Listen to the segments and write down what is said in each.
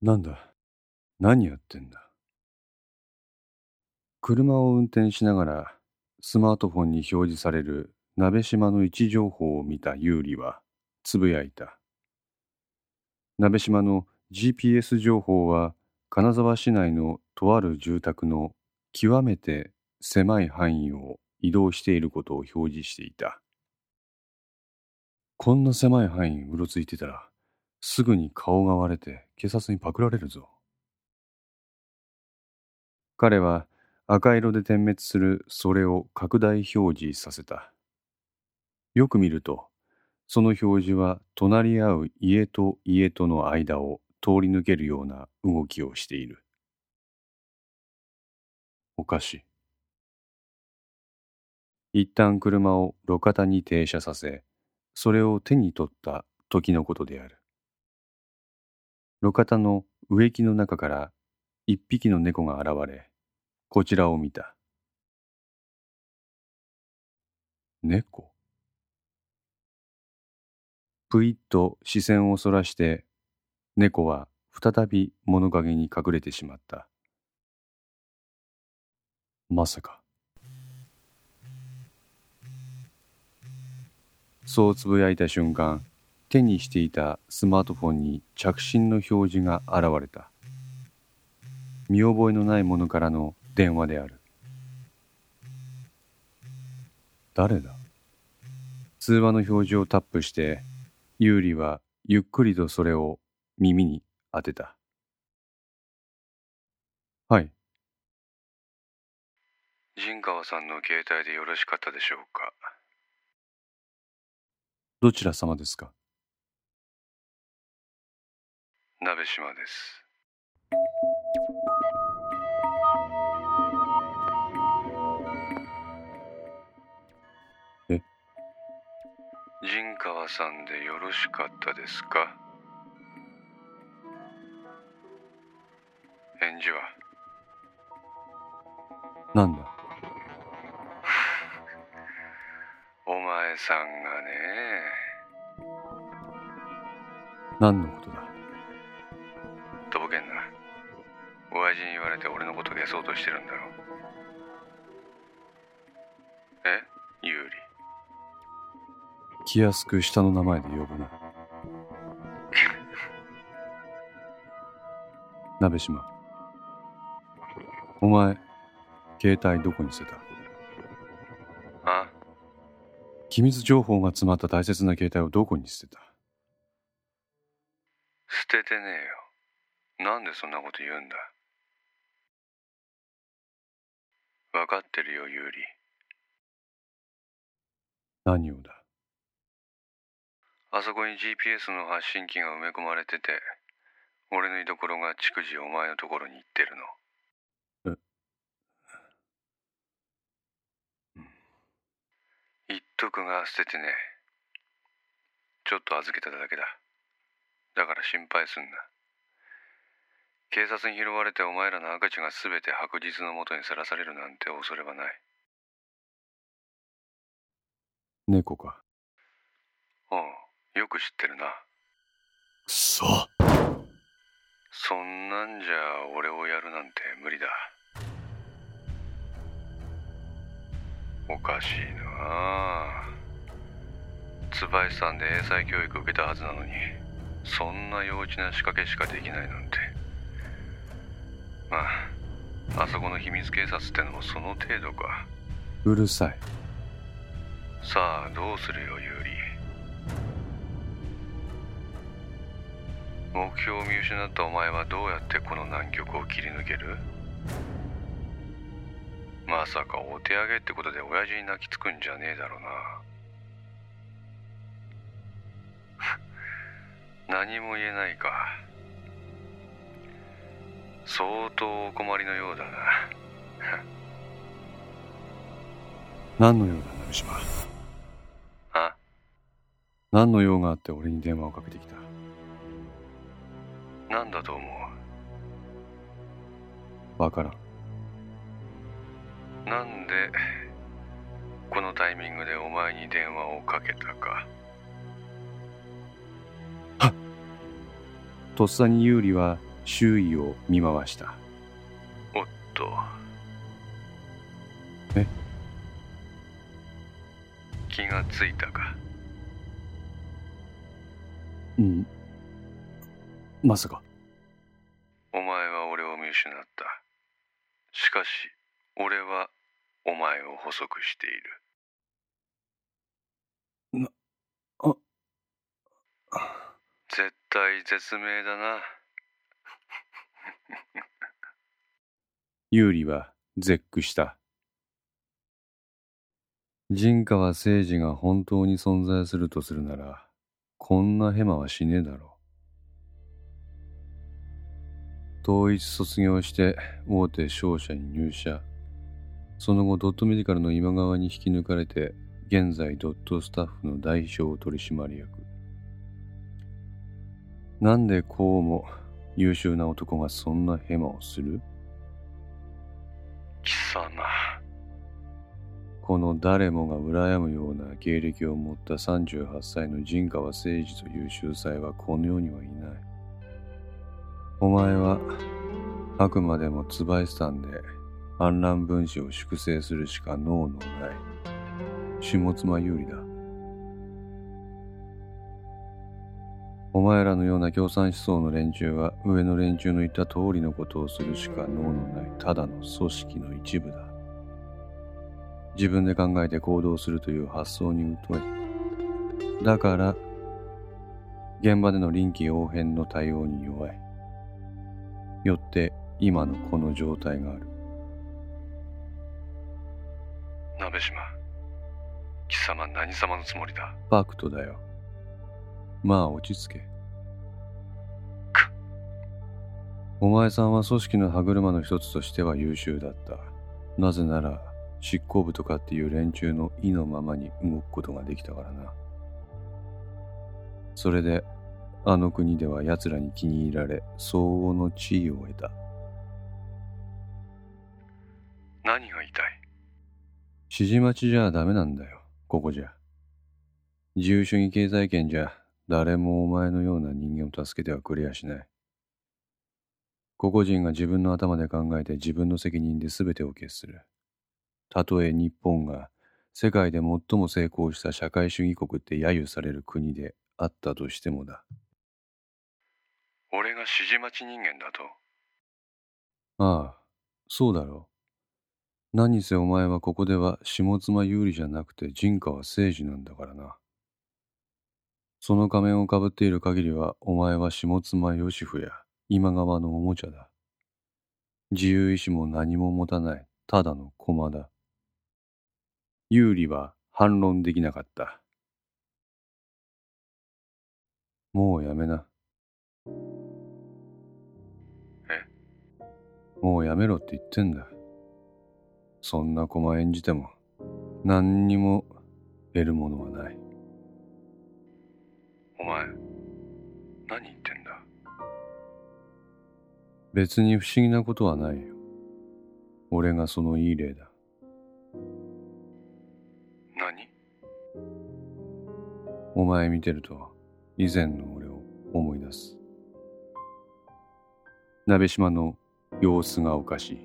なんだ、何やってんだ。車を運転しながらスマートフォンに表示される鍋島の位置情報を見たユーリはつぶやいた。鍋島の GPS 情報は金沢市内のとある住宅の極めて狭い範囲を移動していることを表示していた。こんな狭い範囲うろついてたらすぐに顔が割れて警察にパクられるぞ。彼は赤色で点滅するそれを拡大表示させた。よく見ると、その表示は隣り合う家と家との間を通り抜けるような動きをしている。おかしい。一旦車を路肩に停車させ、それを手に取った時のことである。路肩の植木の中から一匹の猫が現れ、こちらを見た。猫？ぷいっと視線をそらして、猫は再び物陰に隠れてしまった。まさか。そうつぶやいた瞬間、手にしていたスマートフォンに着信の表示が現れた。見覚えのないものからの電話である。誰だ？通話の表示をタップして、ユーリはゆっくりとそれを耳に当てた。はい。陣川さんの携帯でよろしかったでしょうか。どちら様ですか？鍋島です。え？陣川さんでよろしかったですか？返事は？なんだ？お前さんがね。何のことだ？とぼけんな。親父に言われて俺のこと消そうとしてるんだろ。ユーリ。気安く下の名前で呼ぶな。鍋島。お前、携帯どこに捨てた？あ？機密情報が詰まった大切な携帯をどこに捨てた？捨ててねえよ。なんでそんなこと言うんだ？分かってるよ、ユーリ。何をだ？あそこに GPS の発信機が埋め込まれてて、俺の居所が逐次お前のところに行ってるの。言っとくが捨ててね。ちょっと預けただけだ。だから心配すんな。警察に拾われてお前らの赤字が全て白日のもとにさらされるなんて恐れはない。猫か。おう、よく知ってるな。くそ。そんなんじゃ俺をやるなんて無理だ。おかしいなあ。椿さんで英才教育受けたはずなのに、そんな幼稚な仕掛けしかできないなんて。まあ、あそこの秘密警察ってのもその程度か。うるさい。さあどうするよ、ユーリ。目標を見失ったお前はどうやってこの難局を切り抜ける？まさかお手上げってことで親父に泣きつくんじゃねえだろうな。何も言えないか。相当お困りのようだな。何の用だ、鍋島。あ？何の用があって俺に電話をかけてきた？何だと思う？わからん。なんでこのタイミングでお前に電話をかけたか。はっ。とっさにユーリは周囲を見回した。おっと。え？気がついたか？まさか。お前は俺を見失った。しかし、俺はお前を捕捉している。絶対絶命だな。ユーリは絶句した。陣川誠司が本当に存在するとするなら、こんなヘマはしねえだろう。統一卒業して大手商社に入社。その後ドットメディカルの今川に引き抜かれて、現在ドットスタッフの代表取締役。なんでこうも優秀な男がそんなヘマをする？貴様。この誰もが羨むような経歴を持った38歳の陣川誠司という秀才はこの世にはいない。お前はあくまでもツバイスタンで反乱分子を粛清するしか能のない下妻有利だ。お前らのような共産思想の連中は上の連中の言った通りのことをするしか能のないただの組織の一部だ。自分で考えて行動するという発想に疎い。だから現場での臨機応変の対応に弱い。よって今のこの状態がある。鍋島、貴様何様のつもりだ？パクトだよ。まあ落ち着け。お前さんは組織の歯車の一つとしては優秀だった。なぜなら執行部とかっていう連中の意のままに動くことができたからな。それであの国では奴らに気に入られ相応の地位を得た。何が言いたい？指示待ちじゃダメなんだよ、ここじゃ。自由主義経済圏じゃ誰もお前のような人間を助けてはくれやしない。個々人が自分の頭で考えて自分の責任で全てを決する。たとえ日本が世界で最も成功した社会主義国って揶揄される国であったとしてもだ。俺が指示待ち人間だと？ああ、そうだろう。何せお前はここでは下妻有利じゃなくて陣川誠司なんだからな。その仮面をかぶっている限りはお前は下妻義夫や今川のおもちゃだ。自由意志も何も持たないただの駒だ。有利は反論できなかった。もうやめな。え？もうやめろって言ってんだ。そんな駒演じても何にも得るものはない。お前、何言ってんだ？別に不思議なことはないよ。俺がそのいい例だ。何？お前見てると以前の俺を思い出す。鍋島の様子がおかしい。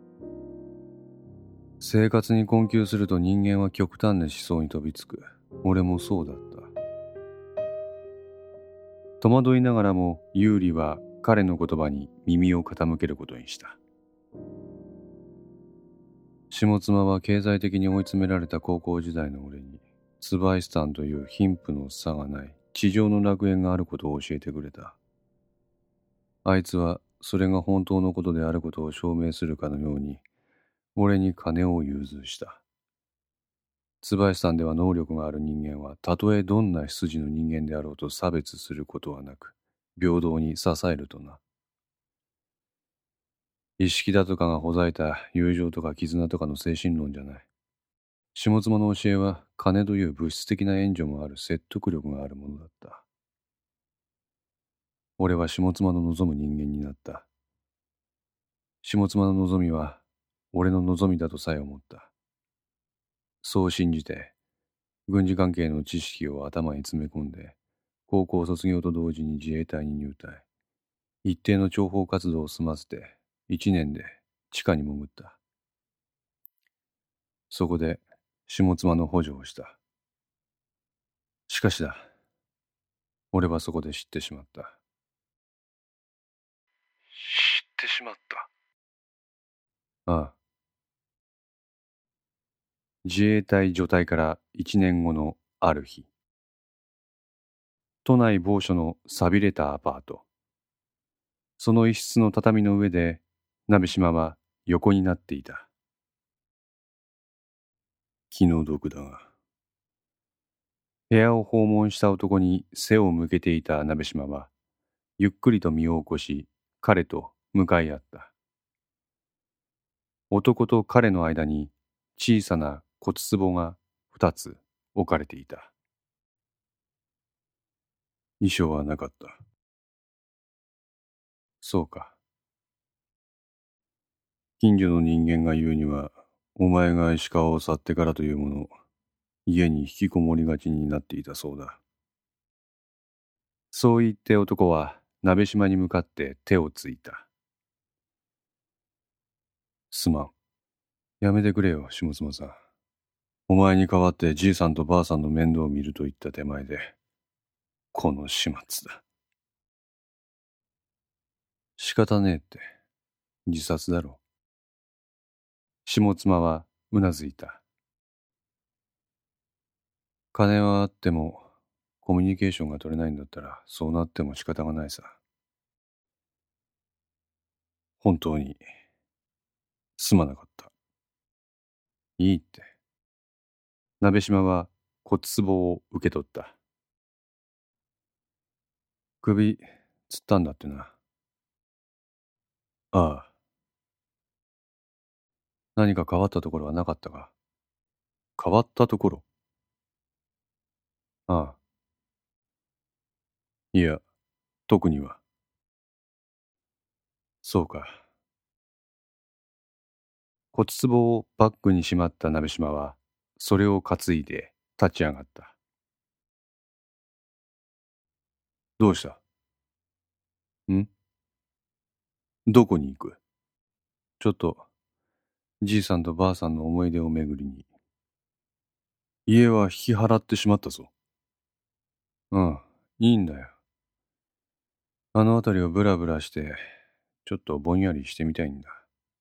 生活に困窮すると人間は極端な思想に飛びつく。俺もそうだった。戸惑いながらも有利は彼の言葉に耳を傾けることにした。下妻は経済的に追い詰められた高校時代の俺にツバイスタンという貧富の差がない地上の楽園があることを教えてくれた。あいつはそれが本当のことであることを証明するかのように俺に金を融通した。ツバイスタンでは能力がある人間はたとえどんな出自の人間であろうと差別することはなく平等に支えるとな。意識だとかがほざいた友情とか絆とかの精神論じゃない。下妻の教えは金という物質的な援助もある説得力があるものだった。俺は下妻の望む人間になった。下妻の望みは俺の望みだとさえ思った。そう信じて軍事関係の知識を頭に詰め込んで高校卒業と同時に自衛隊に入隊。 一定の諜報活動を済ませて、1年で地下に潜った。そこで、下妻の補助をした。しかしだ、俺はそこで知ってしまった。知ってしまった。ああ。自衛隊除隊から1年後のある日、都内某所の寂れたアパート。その一室の畳の上で、鍋島は横になっていた。気の毒だが。部屋を訪問した男に背を向けていた鍋島は、ゆっくりと身を起こし、彼と向かい合った。男と彼の間に小さな骨壺が2つ置かれていた。衣装はなかった。そうか。近所の人間が言うには、お前が石川を去ってからというもの、家に引きこもりがちになっていたそうだ。そう言って男は鍋島に向かって手をついた。すまん。やめてくれよ、下妻さん。お前に代わってじいさんとばあさんの面倒を見ると言った手前で、この始末だ。仕方ねえって、自殺だろ。下妻はうなずいた。金はあっても、コミュニケーションが取れないんだったら、そうなっても仕方がないさ。本当に、すまなかった。いいって。鍋島は骨壺を受け取った。首、つったんだってな。ああ。何か変わったところはなかったか。変わったところ。ああ。いや、特には。そうか。骨壺をバッグにしまった鍋島は、それを担いで立ち上がった。どうした？ん？どこに行く？ちょっと、じいさんとばあさんの思い出を巡りに。家は引き払ってしまったぞ。うん、いいんだよ。あの辺りをブラブラして、ちょっとぼんやりしてみたいんだ。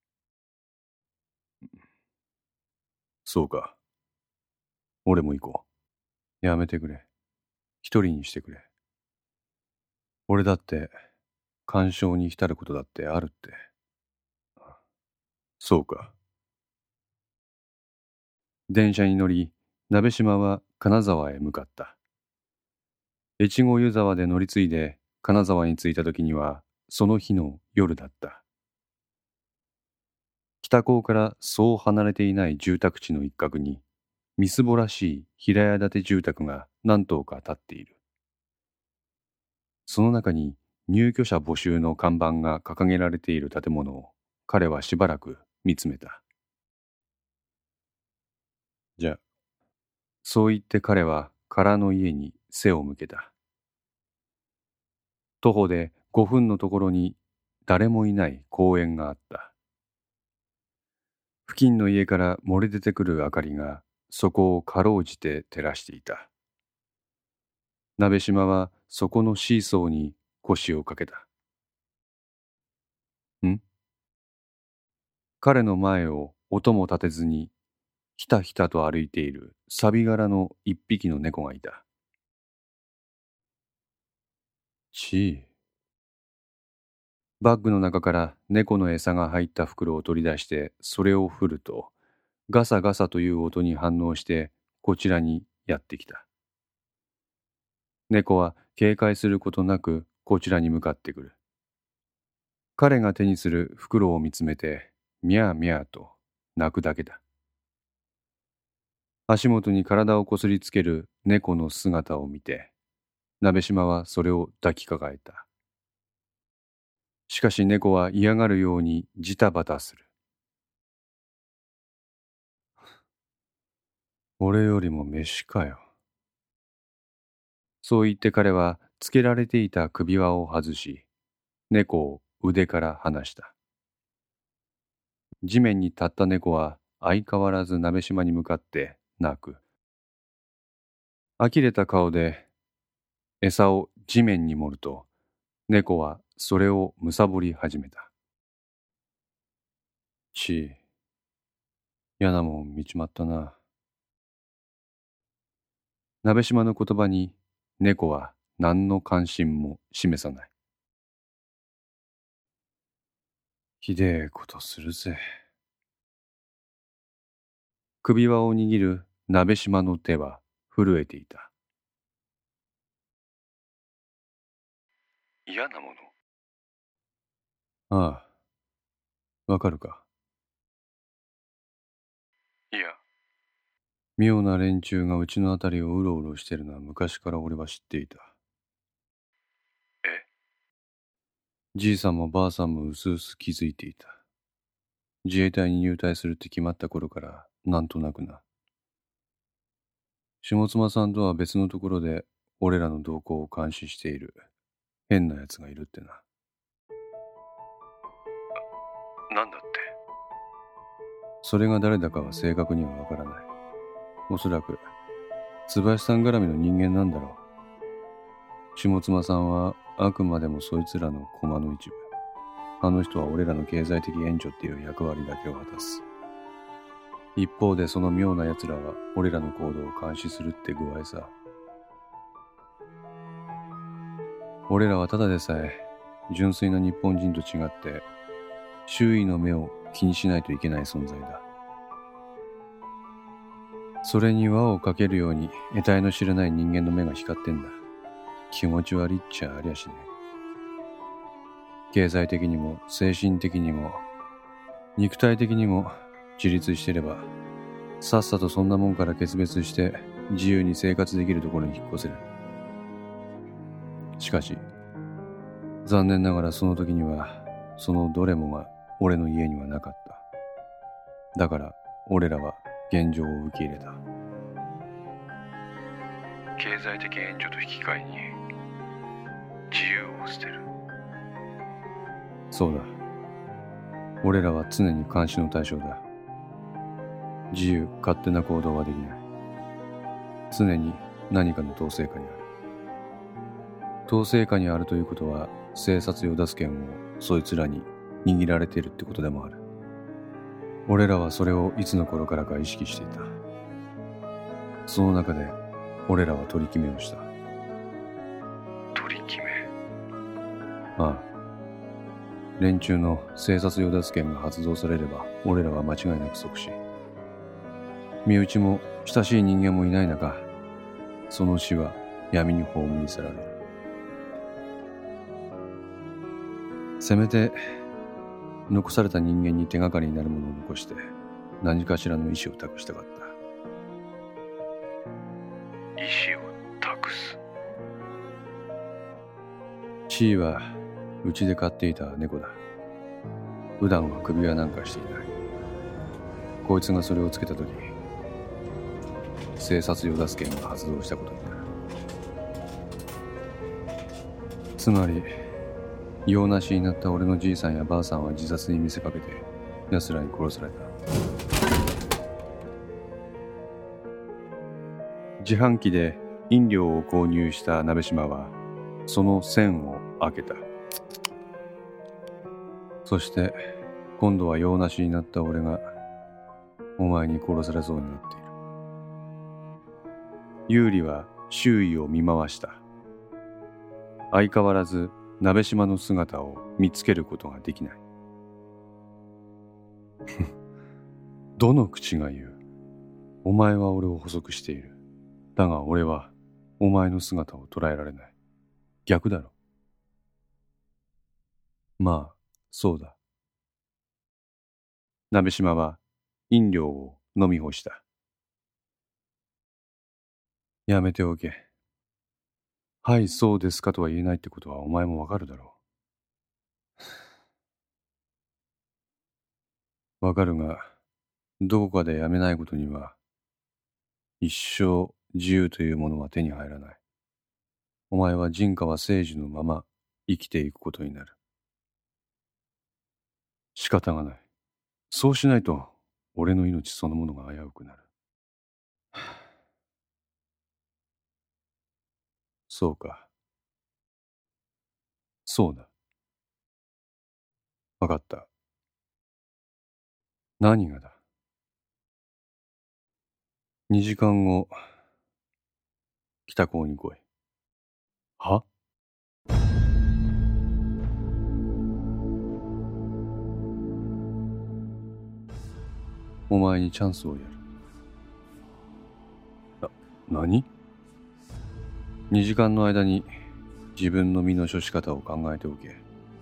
そうか。俺も行こう。やめてくれ。一人にしてくれ。俺だって、感傷に浸ることだってあるって。そうか。電車に乗り、鍋島は金沢へ向かった。越後湯沢で乗り継いで金沢に着いた時には、その日の夜だった。北港からそう離れていない住宅地の一角に、みすぼらしい平屋建て住宅が何棟か建っている。その中に入居者募集の看板が掲げられている建物を彼はしばらく見つめた。じゃあ、そう言って彼は空の家に背を向けた。徒歩で5分のところに誰もいない公園があった。付近の家から漏れ出てくる明かりがそこをかろうじて照らしていた。鍋島はそこのシーソーに腰をかけた。彼の前を音も立てずにひたひたと歩いている錆柄の一匹の猫がいた。ちい。バッグの中から猫の餌が入った袋を取り出してそれを振ると、ガサガサという音に反応してこちらにやってきた。猫は警戒することなくこちらに向かってくる。彼が手にする袋を見つめてミャーミャーと鳴くだけだ。足元に体をこすりつける猫の姿を見て、鍋島はそれを抱きかかえた。しかし猫は嫌がるようにジタバタする。俺よりも飯かよ。そう言って彼はつけられていた首輪を外し、 猫を腕から離した。地面に立った猫は相変わらず鍋島に向かって鳴く。呆れた顔で餌を地面に盛ると、猫はそれを貪り始めた。嫌なもん見ちまったな。鍋島の言葉に猫は何の関心も示さない。ひでえことするぜ。首輪を握る鍋島の手は震えていた。嫌なもの？ああ、わかるか。いや。妙な連中がうちのあたりをうろうろしてるのは昔から俺は知っていた。じいさんもばあさんもうすうす気づいていた。自衛隊に入隊するって決まった頃からなんとなくな。下妻さんとは別のところで俺らの動向を監視している変な奴がいるってな。なんだって？それが誰だかは正確にはわからない。おそらく椿さん絡みの人間なんだろう。下妻さんはあくまでもそいつらの駒の一部。あの人は俺らの経済的援助っていう役割だけを果たす。一方でその妙な奴らは俺らの行動を監視するって具合さ。俺らはただでさえ純粋な日本人と違って周囲の目を気にしないといけない存在だ。それに輪をかけるように得体の知れない人間の目が光ってんだ。気持ち悪いっちゃありゃしね。経済的にも精神的にも肉体的にも自立してればさっさとそんなもんから決別して自由に生活できるところに引っ越せる。しかし残念ながらその時にはそのどれもが俺の家にはなかった。だから俺らは現状を受け入れた。経済的援助と引き換えに自由を捨てる。そうだ。俺らは常に監視の対象だ。自由勝手な行動はできない。常に何かの統制下にある。統制下にあるということは生殺与奪権をそいつらに握られているってことでもある。俺らはそれをいつの頃からか意識していた。その中で俺らは取り決めをした。取り決め？ああ。連中の生殺与奪権が発動されれば俺らは間違いなく即死。身内も親しい人間もいない中、その死は闇に葬り去られる。せめて残された人間に手がかりになるものを残して何かしらの意志を託したかった。意志を託す？地位はうちで飼っていた猫だ。普段は首輪なんかしていない。こいつがそれをつけた時、生殺与奪権が発動したことになる。つまり用なしになった俺のじいさんやばあさんは自殺に見せかけて奴らに殺された。自販機で飲料を購入した鍋島はその栓を開けた。そして今度は用なしになった俺がお前に殺されそうになっている。有利は周囲を見回した。相変わらず鍋島の姿を見つけることができない。どの口が言う？お前は俺を捕捉している。だが俺はお前の姿を捉えられない。逆だろ。まあ、そうだ。鍋島は飲料を飲み干した。やめておけ。はい、そうですかとは言えないってことはお前もわかるだろう。わかるが、どこかでやめないことには、一生自由というものは手に入らない。お前は人家は生児のまま生きていくことになる。 仕方がない。そうしないと俺の命そのものが危うくなる。そうか。そうだ。わかった。何がだ。2時間後、北高に来い。は？お前にチャンスをやる。何？ 2 時間の間に自分の身の処し方を考えておけ。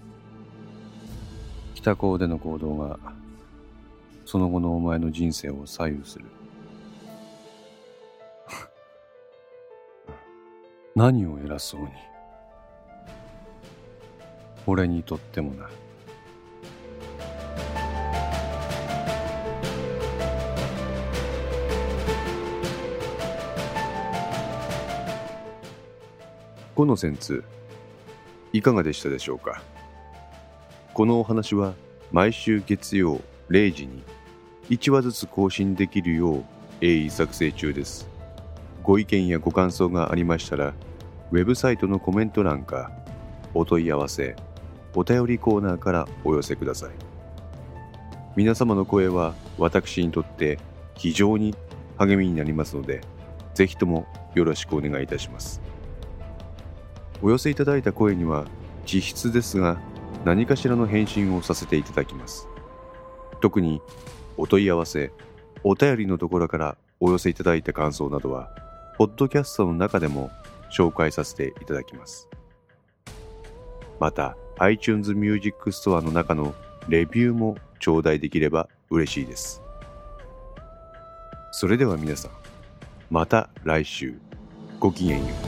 北高での行動がその後のお前の人生を左右する。何を偉そうに。俺にとってもな。 このセンツ、いかがでしたでしょうか。このお話は毎週月曜0時に1話ずつ更新できるよう鋭意作成中です。ご意見やご感想がありましたら、ウェブサイトのコメント欄かお問い合わせ、お便りコーナーからお寄せください。皆様の声は私にとって非常に励みになりますので、ぜひともよろしくお願いいたします。お寄せいただいた声には実質ですが何かしらの返信をさせていただきます。特にお問い合わせ、お便りのところからお寄せいただいた感想などはポッドキャストの中でも紹介させていただきます。また iTunes Music Store の中のレビューも頂戴できれば嬉しいです。それでは皆さん、また来週ごきげんよう。